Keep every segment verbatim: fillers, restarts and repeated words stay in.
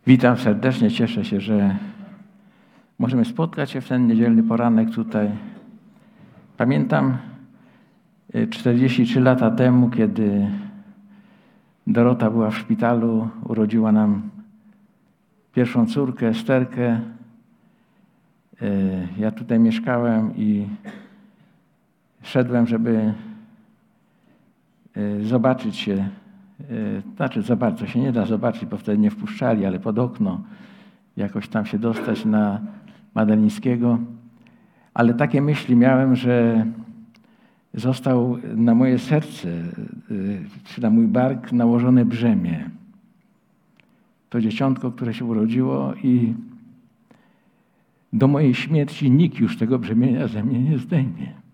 Witam serdecznie, cieszę się, że możemy spotkać się w ten niedzielny poranek tutaj. Pamiętam czterdzieści trzy lata temu, kiedy Dorota była w szpitalu, urodziła nam pierwszą córkę, Esterkę. Ja tutaj mieszkałem i szedłem, żeby zobaczyć się, znaczy zobaczyć, to się nie da zobaczyć, bo wtedy nie wpuszczali, ale pod okno jakoś tam się dostać na Madelińskiego. Ale takie myśli miałem, że został na moje serce, czy na mój bark nałożone brzemię. To dzieciątko, które się urodziło i do mojej śmierci nikt już tego brzemienia ze mnie nie zdejmie.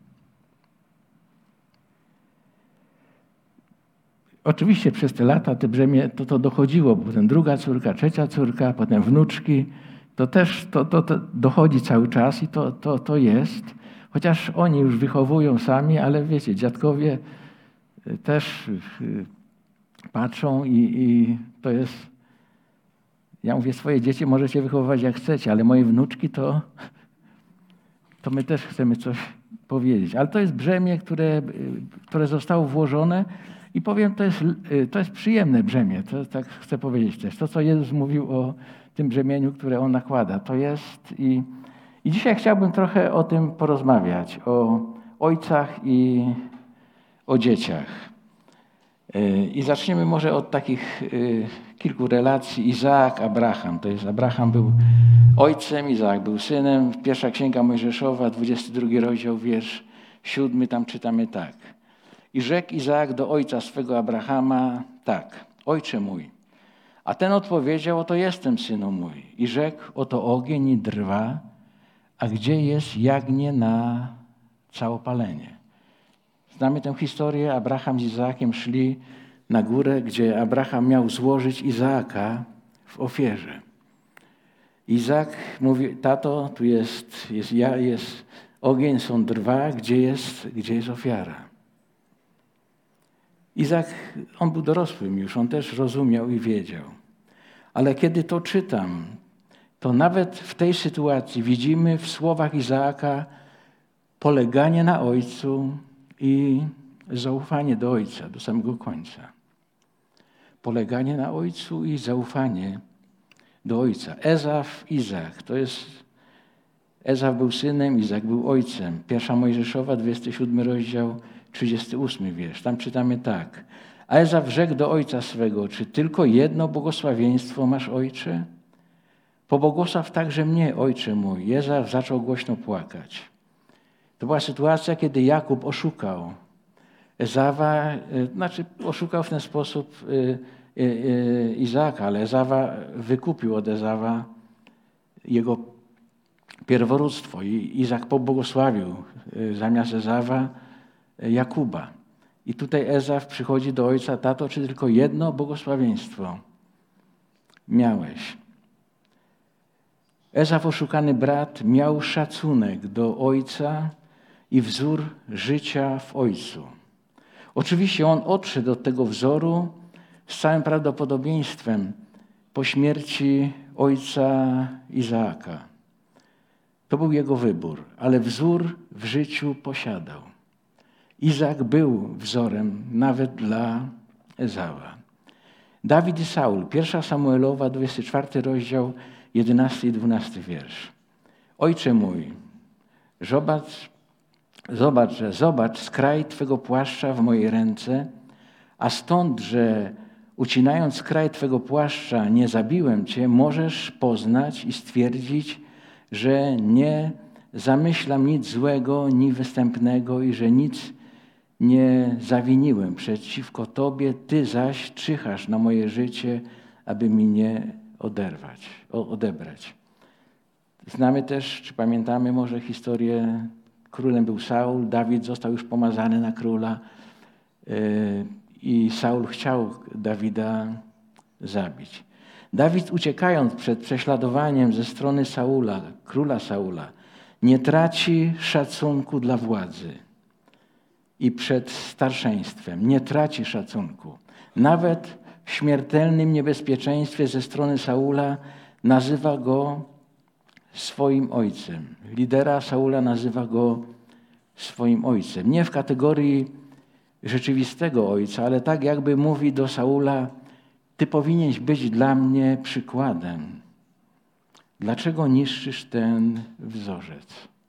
Oczywiście przez te lata te brzemię to, to dochodziło, potem druga córka, trzecia córka, potem wnuczki. To też to, to, to dochodzi cały czas i to, to, to jest. Chociaż oni już wychowują sami, ale wiecie, dziadkowie też patrzą i, i to jest... Ja mówię, swoje dzieci możecie wychowywać jak chcecie, ale moje wnuczki to, to my też chcemy coś powiedzieć. Ale to jest brzemię, które, które zostało włożone i powiem, to jest, to jest przyjemne brzemię. To tak chcę powiedzieć też. To, co Jezus mówił o tym brzemieniu, które On nakłada, to jest i, i dzisiaj chciałbym trochę o tym porozmawiać, o ojcach i o dzieciach. I zaczniemy może od takich kilku relacji. Izaak, Abraham. To jest Abraham był ojcem, Izaak był synem. Pierwsza Księga Mojżeszowa, dwudziesty drugi rozdział, wiersz siódmy, tam czytamy tak. I rzekł Izaak do ojca swego Abrahama tak, ojcze mój. A ten odpowiedział, oto jestem, synu mój. I rzekł, oto ogień i drwa, a gdzie jest jagnię na całopalenie? Znamy tę historię. Abraham z Izaakiem szli na górę, gdzie Abraham miał złożyć Izaaka w ofierze. Izaak mówi, tato, tu jest, jest, jest ogień, są drwa, gdzie jest, gdzie jest ofiara? Izaak, on był dorosłym już, on też rozumiał i wiedział. Ale kiedy to czytam, to nawet w tej sytuacji widzimy w słowach Izaaka poleganie na ojcu i zaufanie do ojca, do samego końca. Poleganie na ojcu i zaufanie do ojca. Ezaf, Izaak, to jest... Ezaf był synem, Izaak był ojcem. Pierwsza Mojżeszowa, dwudziesty siódmy rozdział, trzydziesty ósmy wiersz. Tam czytamy tak. A Ezaf rzekł do ojca swego, czy tylko jedno błogosławieństwo masz, ojcze? Pobłogosław także mnie, ojcze mój. Ezaf zaczął głośno płakać. To była sytuacja, kiedy Jakub oszukał Ezawa, znaczy oszukał w ten sposób Izaaka, ale Ezawa wykupił od Ezawa jego pierworództwo i Izaak pobłogosławił zamiast Ezawa Jakuba. I tutaj Ezaf przychodzi do ojca, tato, czy tylko jedno błogosławieństwo miałeś? Ezaf, oszukany brat, miał szacunek do ojca i wzór życia w ojcu. Oczywiście on odszedł od tego wzoru z całym prawdopodobieństwem po śmierci ojca Izaaka. To był jego wybór, ale wzór w życiu posiadał. Izaak był wzorem nawet dla Ezawa. Dawid i Saul, pierwsza Samuelowa, dwudziesty czwarty rozdział, jedenasty i dwunasty wiersz. Ojcze mój, zobacz, zobacz, że zobacz skraj Twego płaszcza w mojej ręce, a stąd, że ucinając skraj Twego płaszcza nie zabiłem Cię, możesz poznać i stwierdzić, że nie zamyślam nic złego, ni występnego i że nic nie zawiniłem przeciwko Tobie, Ty zaś czyhasz na moje życie, aby mi nie oderwać, odebrać. Znamy też, czy pamiętamy może historię, królem był Saul, Dawid został już pomazany na króla yy, i Saul chciał Dawida zabić. Dawid, uciekając przed prześladowaniem ze strony Saula, króla Saula, nie traci szacunku dla władzy i przed starszeństwem. Nie traci szacunku. Nawet śmiertelnym niebezpieczeństwie ze strony Saula, nazywa go swoim ojcem. Lidera Saula nazywa go swoim ojcem. Nie w kategorii rzeczywistego ojca, ale tak jakby mówi do Saula: ty powinieneś być dla mnie przykładem. Dlaczego niszczysz ten wzorzec?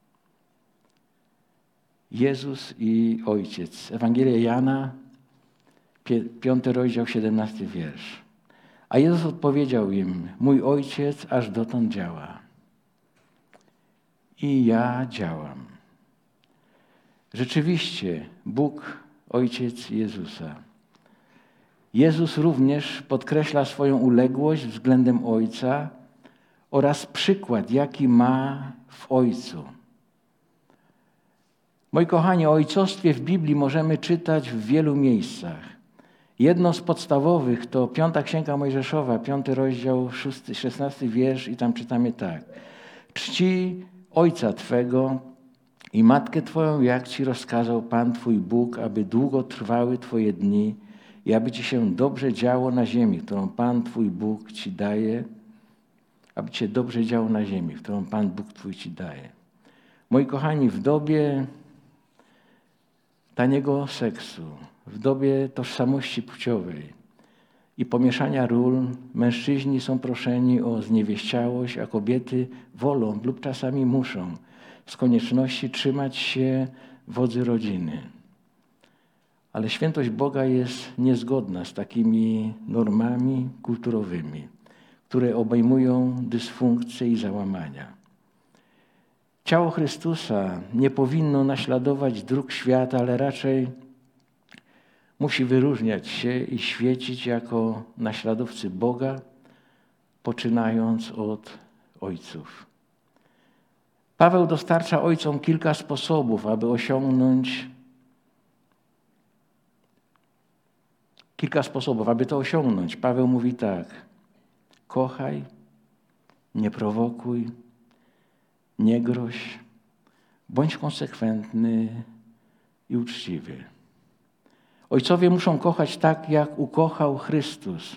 Jezus i Ojciec. Ewangelia Jana, piąty rozdział, siedemnasty wiersz. A Jezus odpowiedział im: mój Ojciec aż dotąd działa. I ja działam. Rzeczywiście Bóg, Ojciec Jezusa. Jezus również podkreśla swoją uległość względem Ojca oraz przykład, jaki ma w Ojcu. Moi kochani, o ojcostwie w Biblii możemy czytać w wielu miejscach. Jedno z podstawowych to Piąta Księga Mojżeszowa, piąty rozdział, szósty, szesnasty wiersz i tam czytamy tak. Czci ojca twego i matkę twoją, jak ci rozkazał Pan twój Bóg, aby długo trwały twoje dni i aby ci się dobrze działo na ziemi, którą Pan twój Bóg ci daje, aby ci się dobrze działo na ziemi, którą Pan Bóg twój ci daje. Moi kochani, w dobie taniego seksu, w dobie tożsamości płciowej i pomieszania ról, mężczyźni są proszeni o zniewieściałość, a kobiety wolą lub czasami muszą z konieczności trzymać się wodzy rodziny. Ale świętość Boga jest niezgodna z takimi normami kulturowymi, które obejmują dysfunkcje i załamania. Ciało Chrystusa nie powinno naśladować dróg świata, ale raczej musi wyróżniać się i świecić jako naśladowcy Boga, poczynając od ojców. Paweł dostarcza ojcom kilka sposobów, aby osiągnąć kilka sposobów, aby to osiągnąć. Paweł mówi tak: kochaj, nie prowokuj, nie groź, bądź konsekwentny i uczciwy. Ojcowie muszą kochać tak, jak ukochał Chrystus.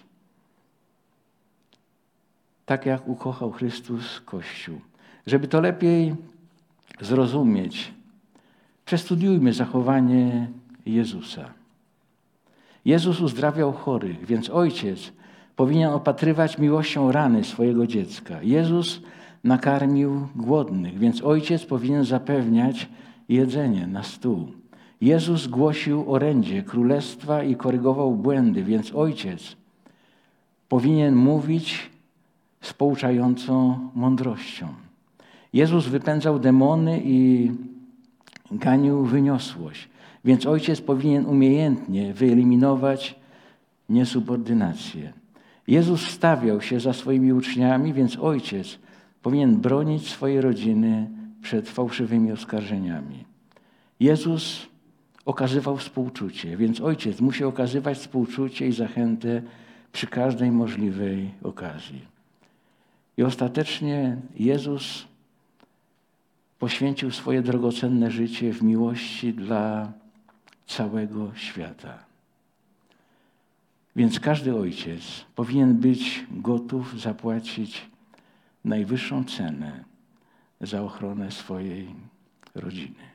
Tak, jak ukochał Chrystus Kościół. Żeby to lepiej zrozumieć, przestudiujmy zachowanie Jezusa. Jezus uzdrawiał chorych, więc ojciec powinien opatrywać miłością rany swojego dziecka. Jezus nakarmił głodnych, więc ojciec powinien zapewniać jedzenie na stół. Jezus głosił orędzie królestwa i korygował błędy, więc ojciec powinien mówić z pouczającą mądrością. Jezus wypędzał demony i ganił wyniosłość, więc ojciec powinien umiejętnie wyeliminować niesubordynację. Jezus stawiał się za swoimi uczniami, więc ojciec powinien bronić swojej rodziny przed fałszywymi oskarżeniami. Jezus okazywał współczucie, więc ojciec musi okazywać współczucie i zachętę przy każdej możliwej okazji. I ostatecznie Jezus poświęcił swoje drogocenne życie w miłości dla całego świata. Więc każdy ojciec powinien być gotów zapłacić najwyższą cenę za ochronę swojej rodziny.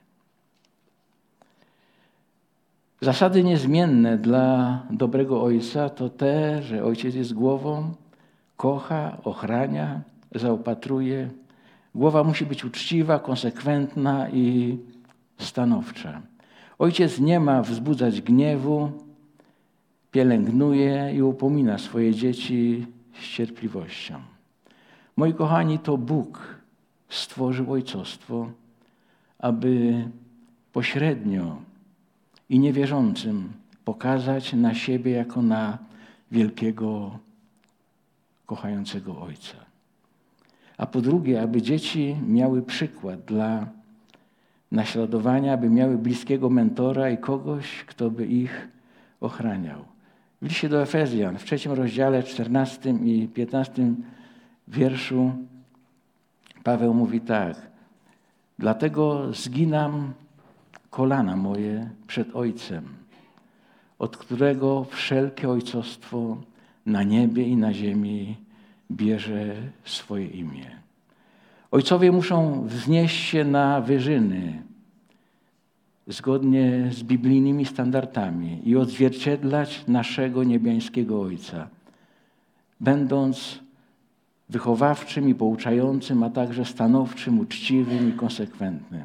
Zasady niezmienne dla dobrego ojca to te, że ojciec jest głową, kocha, ochrania, zaopatruje. Głowa musi być uczciwa, konsekwentna i stanowcza. Ojciec nie ma wzbudzać gniewu, pielęgnuje i upomina swoje dzieci z cierpliwością. Moi kochani, to Bóg stworzył ojcostwo, aby pośrednio i niewierzącym pokazać na siebie jako na wielkiego, kochającego Ojca. A po drugie, aby dzieci miały przykład dla naśladowania, aby miały bliskiego mentora i kogoś, kto by ich ochraniał. W liście do Efezjan, w trzecim rozdziale, czternastym i piętnastym wierszu Paweł mówi tak: dlatego zginam kolana moje przed Ojcem, od którego wszelkie ojcostwo na niebie i na ziemi bierze swoje imię. Ojcowie muszą wznieść się na wyżyny zgodnie z biblijnymi standardami i odzwierciedlać naszego niebiańskiego Ojca, będąc wychowawczym i pouczającym, a także stanowczym, uczciwym i konsekwentnym.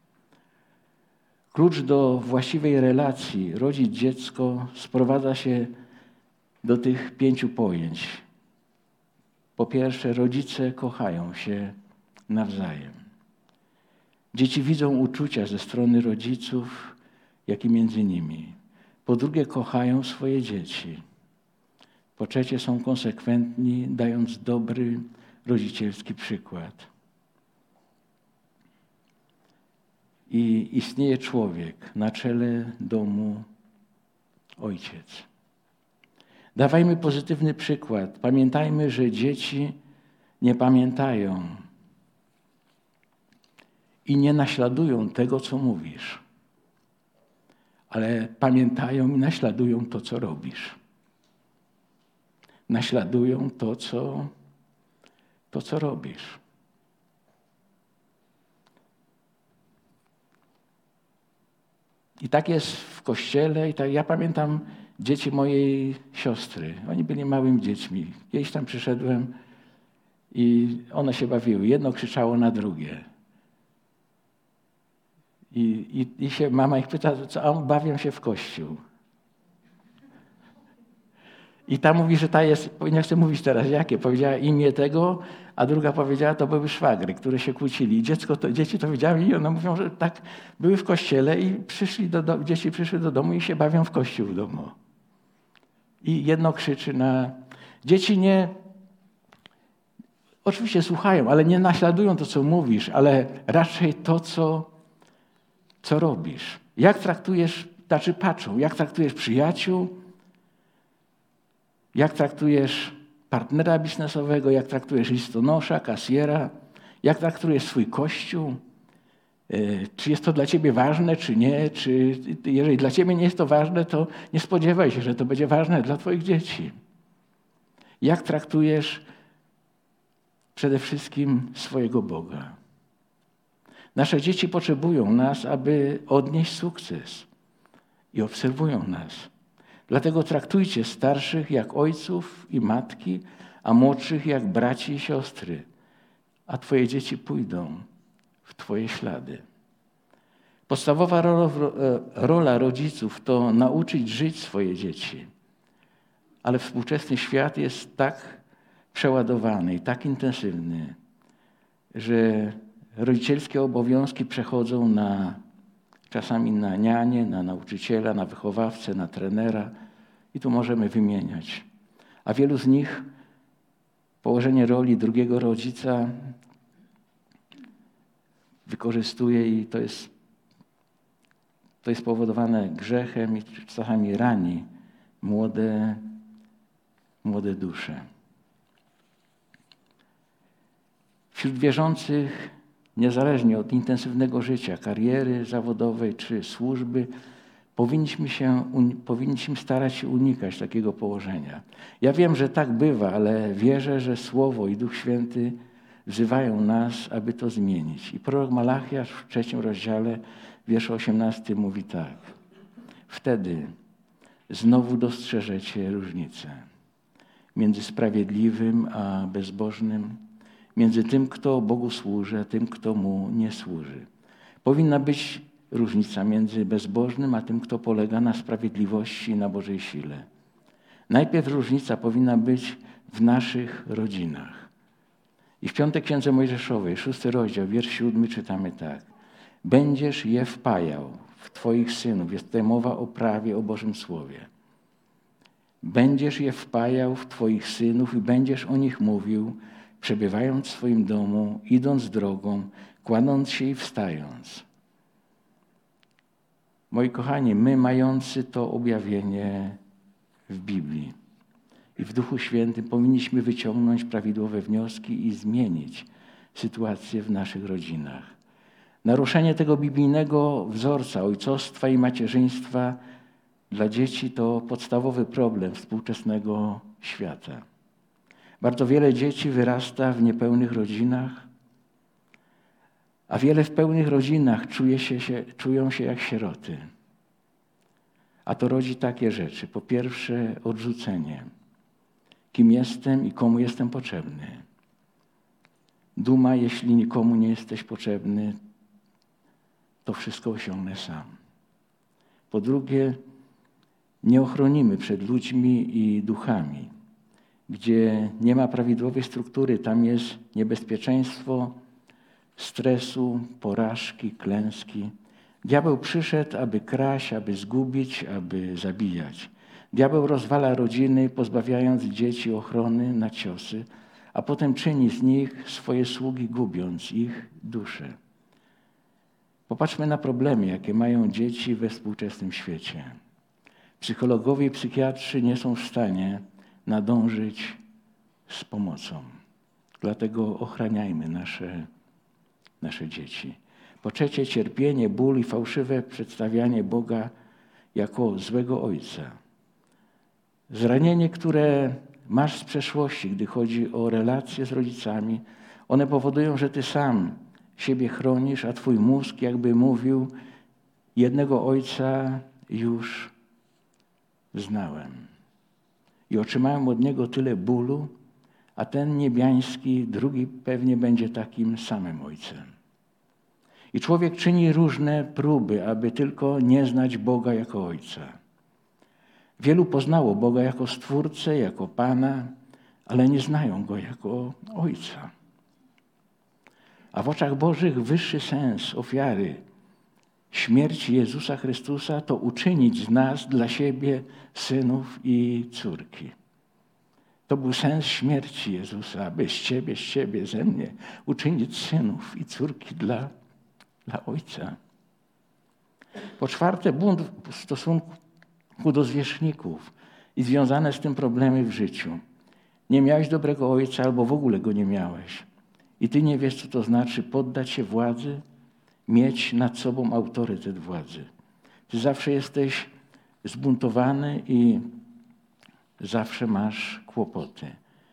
Klucz do właściwej relacji rodzic-dziecko sprowadza się do tych pięciu pojęć. Po pierwsze, rodzice kochają się nawzajem. Dzieci widzą uczucia ze strony rodziców, jak i między nimi. Po drugie, kochają swoje dzieci. Po trzecie, są konsekwentni, dając dobry rodzicielski przykład. I istnieje człowiek na czele domu, ojciec. Dawajmy pozytywny przykład. Pamiętajmy, że dzieci nie pamiętają i nie naśladują tego, co mówisz, ale pamiętają i naśladują to, co robisz. Naśladują to, co, to, co robisz. I tak jest w kościele. I tak, ja pamiętam dzieci mojej siostry. Oni byli małymi dziećmi. Kiedyś tam przyszedłem i one się bawiły. Jedno krzyczało na drugie. I, i, i się mama ich pyta, co, a bawią się w kościół. I ta mówi, że ta jest, nie chcę mówić teraz jakie, powiedziała imię tego, a druga powiedziała, to były szwagry, które się kłócili. I dziecko to, dzieci to widziały i one mówią, że tak były w kościele i przyszli do, do, dzieci przyszły do domu i się bawią w kościół w domu. I jedno krzyczy na... Dzieci nie... Oczywiście słuchają, ale nie naśladują to, co mówisz, ale raczej to, co, co robisz. Jak traktujesz, znaczy patrzą, jak traktujesz przyjaciół, jak traktujesz partnera biznesowego, jak traktujesz listonosza, kasjera, jak traktujesz swój kościół, czy jest to dla ciebie ważne, czy nie, czy jeżeli dla ciebie nie jest to ważne, to nie spodziewaj się, że to będzie ważne dla twoich dzieci. Jak traktujesz przede wszystkim swojego Boga. Nasze dzieci potrzebują nas, aby odnieść sukces i obserwują nas. Dlatego traktujcie starszych jak ojców i matki, a młodszych jak braci i siostry, a twoje dzieci pójdą w twoje ślady. Podstawowa rola, rola rodziców to nauczyć żyć swoje dzieci. Ale współczesny świat jest tak przeładowany i tak intensywny, że rodzicielskie obowiązki przechodzą na czasami na nianię, na nauczyciela, na wychowawcę, na trenera i tu możemy wymieniać. A wielu z nich położenie roli drugiego rodzica wykorzystuje i to jest, to jest spowodowane grzechem i czasami rani młode, młode dusze. Wśród wierzących, niezależnie od intensywnego życia, kariery zawodowej czy służby, powinniśmy, się, un, powinniśmy starać się unikać takiego położenia. Ja wiem, że tak bywa, ale wierzę, że Słowo i Duch Święty wzywają nas, aby to zmienić. I prorok Malachiasz w trzecim rozdziale, wiersz osiemnasty mówi tak. Wtedy znowu dostrzeżecie różnicę między sprawiedliwym a bezbożnym, między tym, kto Bogu służy, a tym, kto Mu nie służy. Powinna być różnica między bezbożnym, a tym, kto polega na sprawiedliwości i na Bożej sile. Najpierw różnica powinna być w naszych rodzinach. I w piątej Księdze Mojżeszowej, szósty rozdział, wiersz siódmy czytamy tak. Będziesz je wpajał w twoich synów. Jest tutaj mowa o prawie, o Bożym Słowie. Będziesz je wpajał w twoich synów i będziesz o nich mówił, przebywając w swoim domu, idąc drogą, kładąc się i wstając. Moi kochani, my mający to objawienie w Biblii i w Duchu Świętym powinniśmy wyciągnąć prawidłowe wnioski i zmienić sytuację w naszych rodzinach. Naruszenie tego biblijnego wzorca ojcostwa i macierzyństwa dla dzieci to podstawowy problem współczesnego świata. Bardzo wiele dzieci wyrasta w niepełnych rodzinach, a wiele w pełnych rodzinach czuje się, się, czują się jak sieroty. A to rodzi takie rzeczy. Po pierwsze, odrzucenie. Kim jestem i komu jestem potrzebny. Duma, jeśli nikomu nie jesteś potrzebny, to wszystko osiągnę sam. Po drugie, nie ochronimy przed ludźmi i duchami. Gdzie nie ma prawidłowej struktury, tam jest niebezpieczeństwo stresu, porażki, klęski. Diabeł przyszedł, aby kraść, aby zgubić, aby zabijać. Diabeł rozwala rodziny, pozbawiając dzieci ochrony na ciosy, a potem czyni z nich swoje sługi, gubiąc ich duszę. Popatrzmy na problemy, jakie mają dzieci we współczesnym świecie. Psychologowie i psychiatrzy nie są w stanie nadążyć z pomocą. Dlatego ochraniajmy nasze, nasze dzieci. Po trzecie, cierpienie, ból i fałszywe przedstawianie Boga jako złego ojca. Zranienie, które masz z przeszłości, gdy chodzi o relacje z rodzicami, one powodują, że ty sam siebie chronisz, a twój mózg jakby mówił, jednego ojca już znałem. I otrzymałem od niego tyle bólu, a ten niebiański, drugi pewnie będzie takim samym ojcem. I człowiek czyni różne próby, aby tylko nie znać Boga jako Ojca. Wielu poznało Boga jako Stwórcę, jako Pana, ale nie znają Go jako Ojca. A w oczach Bożych wyższy sens ofiary śmierci Jezusa Chrystusa to uczynić z nas dla siebie synów i córki. To był sens śmierci Jezusa, aby z ciebie, z ciebie, ze mnie uczynić synów i córki dla, dla Ojca. Po czwarte, bunt w stosunku do zwierzchników i związane z tym problemy w życiu. Nie miałeś dobrego ojca albo w ogóle go nie miałeś. I ty nie wiesz, co to znaczy poddać się władzy, mieć nad sobą autorytet władzy. Ty zawsze jesteś zbuntowany i zawsze masz kłopoty.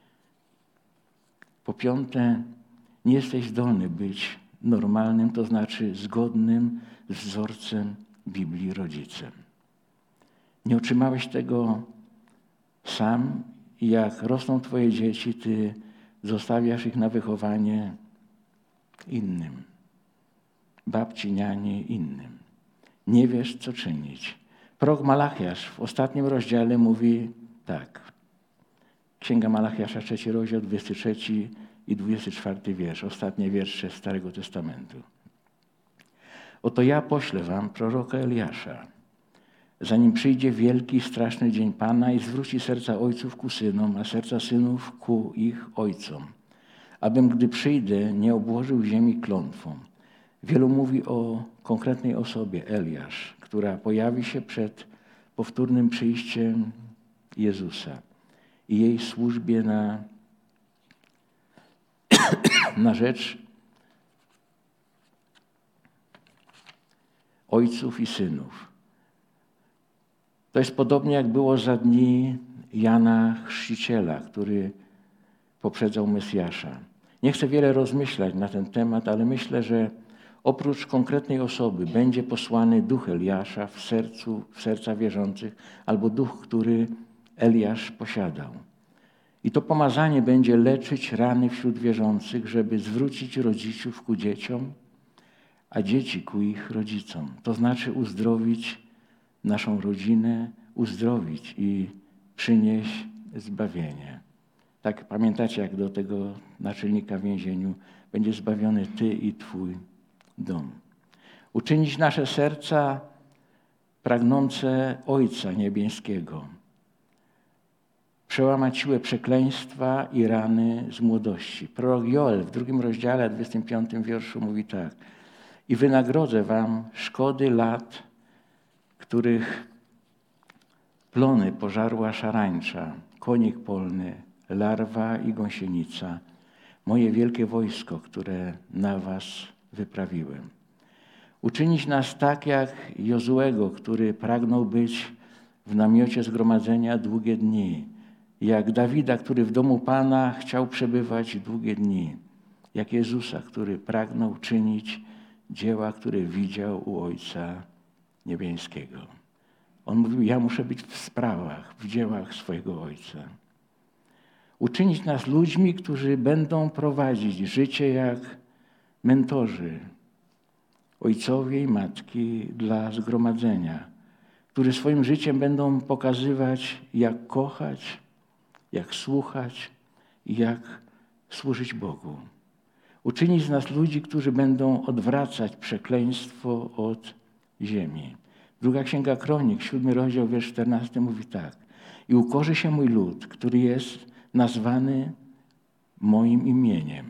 Po piąte, nie jesteś zdolny być normalnym, to znaczy zgodnym z wzorcem Biblii rodzicem. Nie otrzymałeś tego sam i jak rosną twoje dzieci, ty zostawiasz ich na wychowanie innym. Babci, niani, innym. Nie wiesz, co czynić. Prorok Malachiasz w ostatnim rozdziale mówi tak. Księga Malachiasza, trzeci rozdział, dwudziesty trzeci i dwudziesty czwarty wiersz. Ostatnie wiersze Starego Testamentu. Oto ja poślę wam proroka Eliasza, zanim przyjdzie wielki i straszny dzień Pana i zwróci serca ojców ku synom, a serca synów ku ich ojcom. Abym, gdy przyjdę, nie obłożył ziemi klątwą. Wielu mówi o konkretnej osobie, Eliasz, która pojawi się przed powtórnym przyjściem Jezusa i jej służbie na, na rzecz ojców i synów. To jest podobnie jak było za dni Jana Chrzciciela, który poprzedzał Mesjasza. Nie chcę wiele rozmyślać na ten temat, ale myślę, że oprócz konkretnej osoby będzie posłany duch Eliasza w sercu, w serca wierzących, albo duch, który Eliasz posiadał. I to pomazanie będzie leczyć rany wśród wierzących, żeby zwrócić rodziców ku dzieciom, a dzieci ku ich rodzicom. To znaczy uzdrowić naszą rodzinę, uzdrowić i przynieść zbawienie. Tak, pamiętacie, jak do tego naczelnika w więzieniu będzie zbawiony ty i twój dom. Uczynić nasze serca pragnące Ojca Niebieskiego. Przełamać siłę przekleństwa i rany z młodości. Prorok Joel w drugim rozdziale, dwudziestym piątym wierszu mówi tak. I wynagrodzę wam szkody lat, których plony pożarła szarańcza, konik polny, larwa i gąsienica, moje wielkie wojsko, które na was wyprawiłem. Uczynić nas tak jak Jozuego, który pragnął być w namiocie zgromadzenia długie dni, jak Dawida, który w domu Pana chciał przebywać długie dni, jak Jezusa, który pragnął czynić dzieła, które widział u Ojca Niebieskiego. On mówił, ja muszę być w sprawach, w dziełach swojego Ojca. Uczynić nas ludźmi, którzy będą prowadzić życie jak mentorzy, ojcowie i matki dla zgromadzenia, którzy swoim życiem będą pokazywać, jak kochać, jak słuchać i jak służyć Bogu. Uczynić z nas ludzi, którzy będą odwracać przekleństwo od ziemi. Druga Księga Kronik, siódmy rozdział, wiersz czternasty mówi tak. I ukorzy się mój lud, który jest nazwany moim imieniem.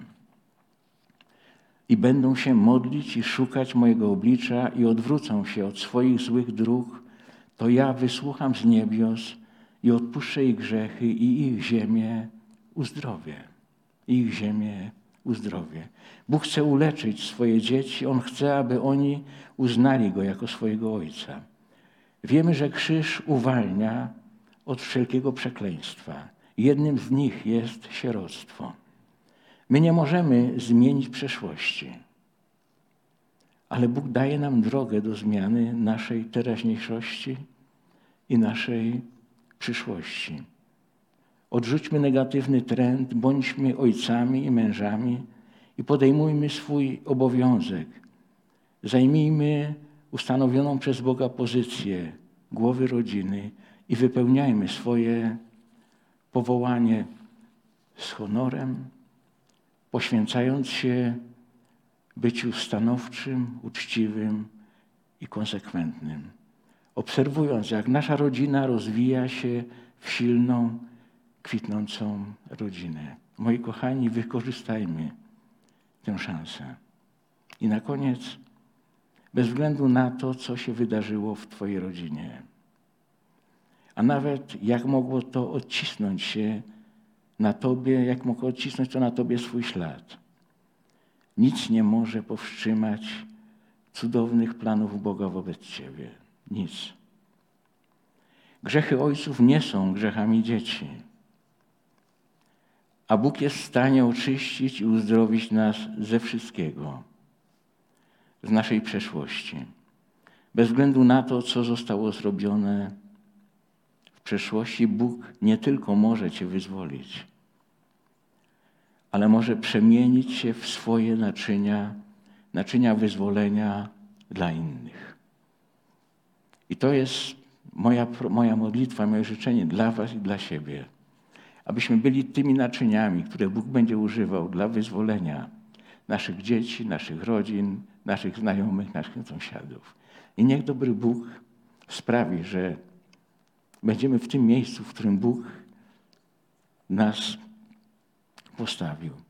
I będą się modlić i szukać mojego oblicza i odwrócą się od swoich złych dróg, to ja wysłucham z niebios i odpuszczę ich grzechy i ich ziemię uzdrowię. Ich ziemię uzdrowię. Bóg chce uleczyć swoje dzieci. On chce, aby oni uznali Go jako swojego Ojca. Wiemy, że krzyż uwalnia od wszelkiego przekleństwa. Jednym z nich jest sieroctwo. My nie możemy zmienić przeszłości, ale Bóg daje nam drogę do zmiany naszej teraźniejszości i naszej przyszłości. Odrzućmy negatywny trend, bądźmy ojcami i mężami i podejmujmy swój obowiązek. Zajmijmy ustanowioną przez Boga pozycję głowy rodziny i wypełniajmy swoje powołanie z honorem, poświęcając się byciu stanowczym, uczciwym i konsekwentnym. Obserwując, jak nasza rodzina rozwija się w silną, kwitnącą rodzinę. Moi kochani, wykorzystajmy tę szansę. I na koniec, bez względu na to, co się wydarzyło w Twojej rodzinie, a nawet jak mogło to odcisnąć się na Tobie, jak mogło odcisnąć to na Tobie swój ślad. Nic nie może powstrzymać cudownych planów Boga wobec Ciebie. Nic. Grzechy ojców nie są grzechami dzieci. A Bóg jest w stanie oczyścić i uzdrowić nas ze wszystkiego, z naszej przeszłości. Bez względu na to, co zostało zrobione w przeszłości, Bóg nie tylko może Cię wyzwolić, ale może przemienić się w swoje naczynia, naczynia wyzwolenia dla innych. I to jest moja, moja modlitwa, moje życzenie dla Was i dla siebie, abyśmy byli tymi naczyniami, które Bóg będzie używał dla wyzwolenia naszych dzieci, naszych rodzin, naszych znajomych, naszych sąsiadów. I niech dobry Bóg sprawi, że będziemy w tym miejscu, w którym Bóg nas postawił.